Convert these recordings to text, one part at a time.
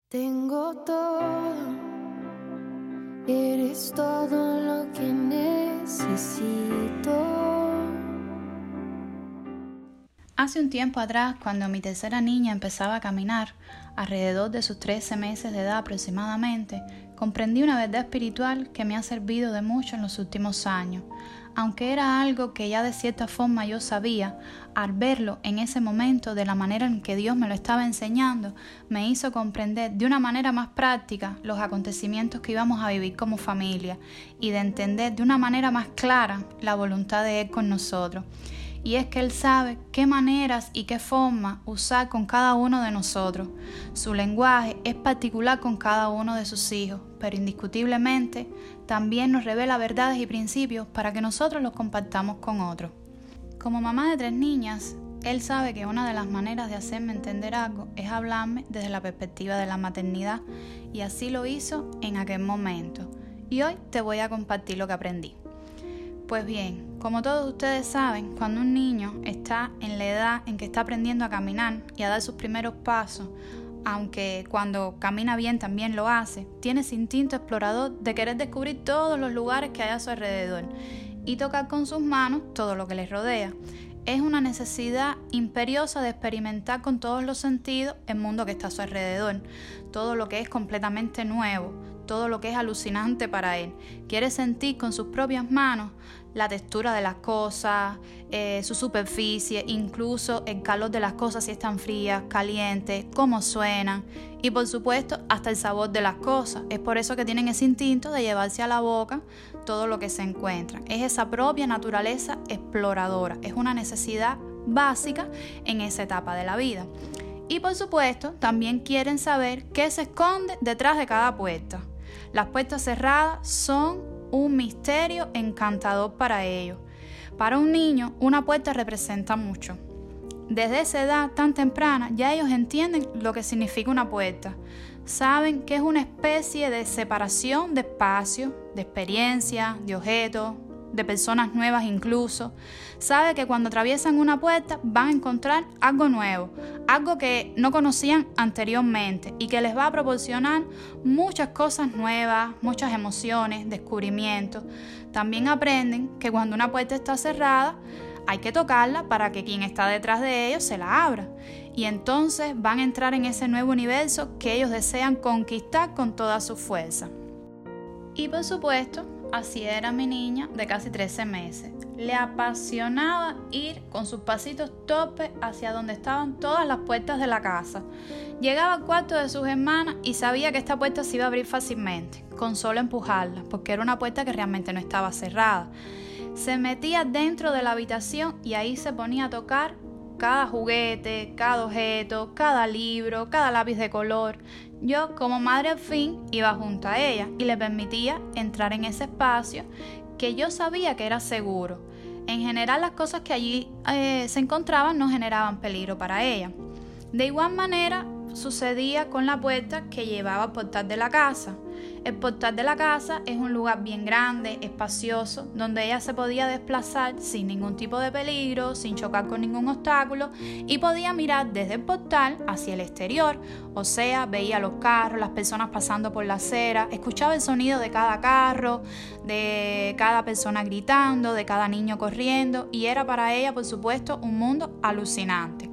Tengo todo, eres todo lo que necesito. Hace un tiempo atrás, cuando mi tercera niña empezaba a caminar, alrededor de sus 13 meses de edad aproximadamente, comprendí una verdad espiritual que me ha servido de mucho en los últimos años. Aunque era algo que ya de cierta forma yo sabía, al verlo en ese momento de la manera en que Dios me lo estaba enseñando, me hizo comprender de una manera más práctica los acontecimientos que íbamos a vivir como familia y de entender de una manera más clara la voluntad de Él con nosotros. Y es que Él sabe qué maneras y qué formas usar con cada uno de nosotros. Su lenguaje es particular con cada uno de sus hijos, pero indiscutiblemente también nos revela verdades y principios para que nosotros los compartamos con otros. Como mamá de 3 niñas, Él sabe que una de las maneras de hacerme entender algo es hablarme desde la perspectiva de la maternidad, y así lo hizo en aquel momento. Y hoy te voy a compartir lo que aprendí. Pues bien, como todos ustedes saben, cuando un niño está en la edad en que está aprendiendo a caminar y a dar sus primeros pasos, aunque cuando camina bien también lo hace, tiene ese instinto explorador de querer descubrir todos los lugares que hay a su alrededor y tocar con sus manos todo lo que les rodea. Es una necesidad imperiosa de experimentar con todos los sentidos el mundo que está a su alrededor, todo lo que es completamente nuevo, todo lo que es alucinante para él. Quiere sentir con sus propias manos la textura de las cosas, su superficie, incluso el calor de las cosas si están frías, calientes, cómo suenan y por supuesto hasta el sabor de las cosas. Es por eso que tienen ese instinto de llevarse a la boca todo lo que se encuentran. Es esa propia naturaleza exploradora, es una necesidad básica en esa etapa de la vida. Y por supuesto también quieren saber qué se esconde detrás de cada puerta. Las puertas cerradas son un misterio encantador para ellos. Para un niño, una puerta representa mucho. Desde esa edad tan temprana, ya ellos entienden lo que significa una puerta. Saben que es una especie de separación de espacio, de experiencia, de objetos, de personas nuevas incluso. Sabe que cuando atraviesan una puerta van a encontrar algo nuevo, algo que no conocían anteriormente y que les va a proporcionar muchas cosas nuevas, muchas emociones, descubrimientos. También aprenden que cuando una puerta está cerrada hay que tocarla para que quien está detrás de ellos se la abra. Y entonces van a entrar en ese nuevo universo que ellos desean conquistar con toda su fuerza. Y por supuesto, así era mi niña de casi 13 meses. Le apasionaba ir con sus pasitos torpes hacia donde estaban todas las puertas de la casa. Llegaba al cuarto de sus hermanas y sabía que esta puerta se iba a abrir fácilmente, con solo empujarla, porque era una puerta que realmente no estaba cerrada. Se metía dentro de la habitación y ahí se ponía a tocar cada juguete, cada objeto, cada libro, cada lápiz de color. Yo, como madre al fin, iba junto a ella y le permitía entrar en ese espacio que yo sabía que era seguro. En general, las cosas que allí se encontraban no generaban peligro para ella. De igual manera, sucedía con la puerta que llevaba al portal de la casa. El portal de la casa es un lugar bien grande, espacioso, donde ella se podía desplazar sin ningún tipo de peligro, sin chocar con ningún obstáculo y podía mirar desde el portal hacia el exterior, o sea, veía los carros, las personas pasando por la acera, escuchaba el sonido de cada carro, de cada persona gritando, de cada niño corriendo y era para ella, por supuesto, un mundo alucinante.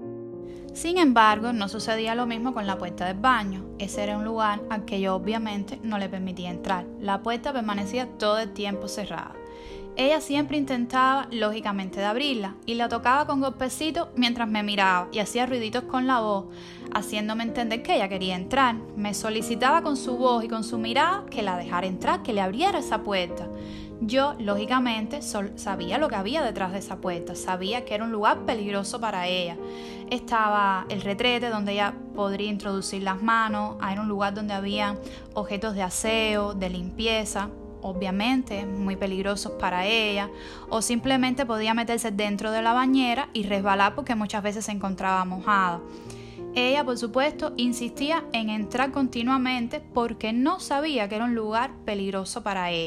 Sin embargo, no sucedía lo mismo con la puerta del baño. Ese era un lugar al que yo obviamente no le permitía entrar. La puerta permanecía todo el tiempo cerrada. Ella siempre intentaba, lógicamente, de abrirla y la tocaba con golpecitos mientras me miraba y hacía ruiditos con la voz, haciéndome entender que ella quería entrar. Me solicitaba con su voz y con su mirada que la dejara entrar, que le abriera esa puerta. Yo, lógicamente, sabía lo que había detrás de esa puerta, sabía que era un lugar peligroso para ella. Estaba el retrete donde ella podría introducir las manos, era un lugar donde había objetos de aseo, de limpieza, obviamente muy peligrosos para ella, o simplemente podía meterse dentro de la bañera y resbalar porque muchas veces se encontraba mojada. Ella, por supuesto, insistía en entrar continuamente porque no sabía que era un lugar peligroso para ella.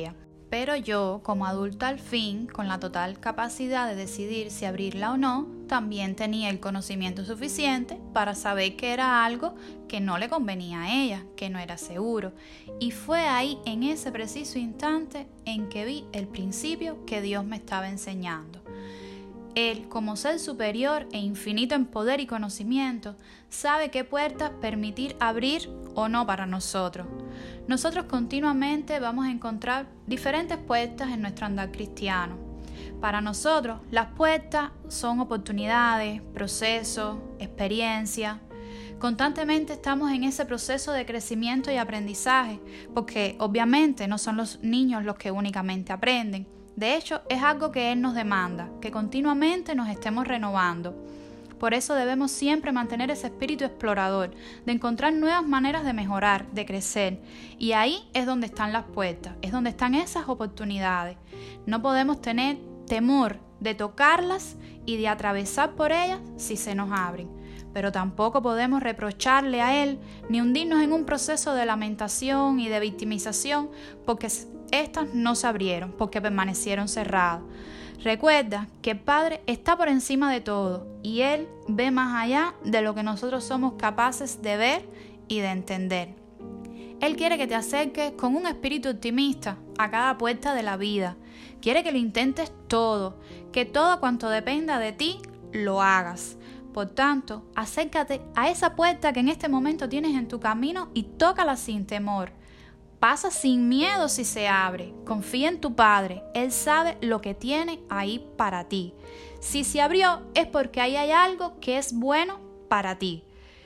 Pero yo, como adulta al fin, con la total capacidad de decidir si abrirla o no, también tenía el conocimiento suficiente para saber que era algo que no le convenía a ella, que no era seguro. Y fue ahí, en ese preciso instante, en que vi el principio que Dios me estaba enseñando. Él, como ser superior e infinito en poder y conocimiento, sabe qué puertas permitir abrir o no para nosotros. Nosotros continuamente vamos a encontrar diferentes puertas en nuestro andar cristiano. Para nosotros, las puertas son oportunidades, procesos, experiencias. Constantemente estamos en ese proceso de crecimiento y aprendizaje, porque obviamente no son los niños los que únicamente aprenden. De hecho, es algo que Él nos demanda, que continuamente nos estemos renovando. Por eso debemos siempre mantener ese espíritu explorador, de encontrar nuevas maneras de mejorar, de crecer. Y ahí es donde están las puertas, es donde están esas oportunidades. No podemos tener temor de tocarlas y de atravesar por ellas si se nos abren. Pero tampoco podemos reprocharle a Él ni hundirnos en un proceso de lamentación y de victimización porque estas no se abrieron, porque permanecieron cerradas. Recuerda que el Padre está por encima de todo y Él ve más allá de lo que nosotros somos capaces de ver y de entender. Él quiere que te acerques con un espíritu optimista a cada puerta de la vida. Quiere que lo intentes todo, que todo cuanto dependa de ti lo hagas. Por tanto, acércate a esa puerta que en este momento tienes en tu camino y tócala sin temor. Pasa sin miedo si se abre. Confía en tu Padre. Él sabe lo que tiene ahí para ti. Si se abrió es porque ahí hay algo que es bueno para ti.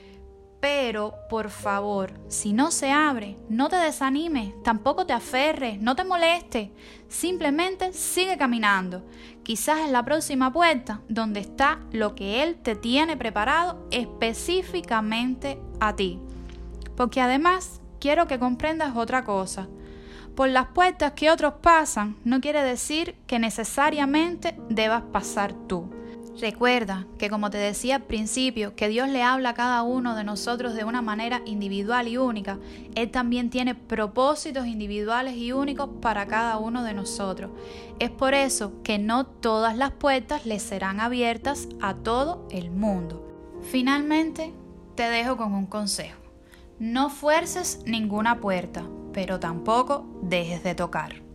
Pero, por favor, si no se abre, no te desanimes, tampoco te aferres, no te molestes. Simplemente sigue caminando. Quizás es la próxima puerta donde está lo que Él te tiene preparado específicamente a ti. Porque además, quiero que comprendas otra cosa. Por las puertas que otros pasan no quiere decir que necesariamente debas pasar tú. Recuerda que, como te decía al principio, que Dios le habla a cada uno de nosotros de una manera individual y única. Él también tiene propósitos individuales y únicos para cada uno de nosotros. Es por eso que no todas las puertas le serán abiertas a todo el mundo. Finalmente, te dejo con un consejo. No fuerces ninguna puerta, pero tampoco dejes de tocar.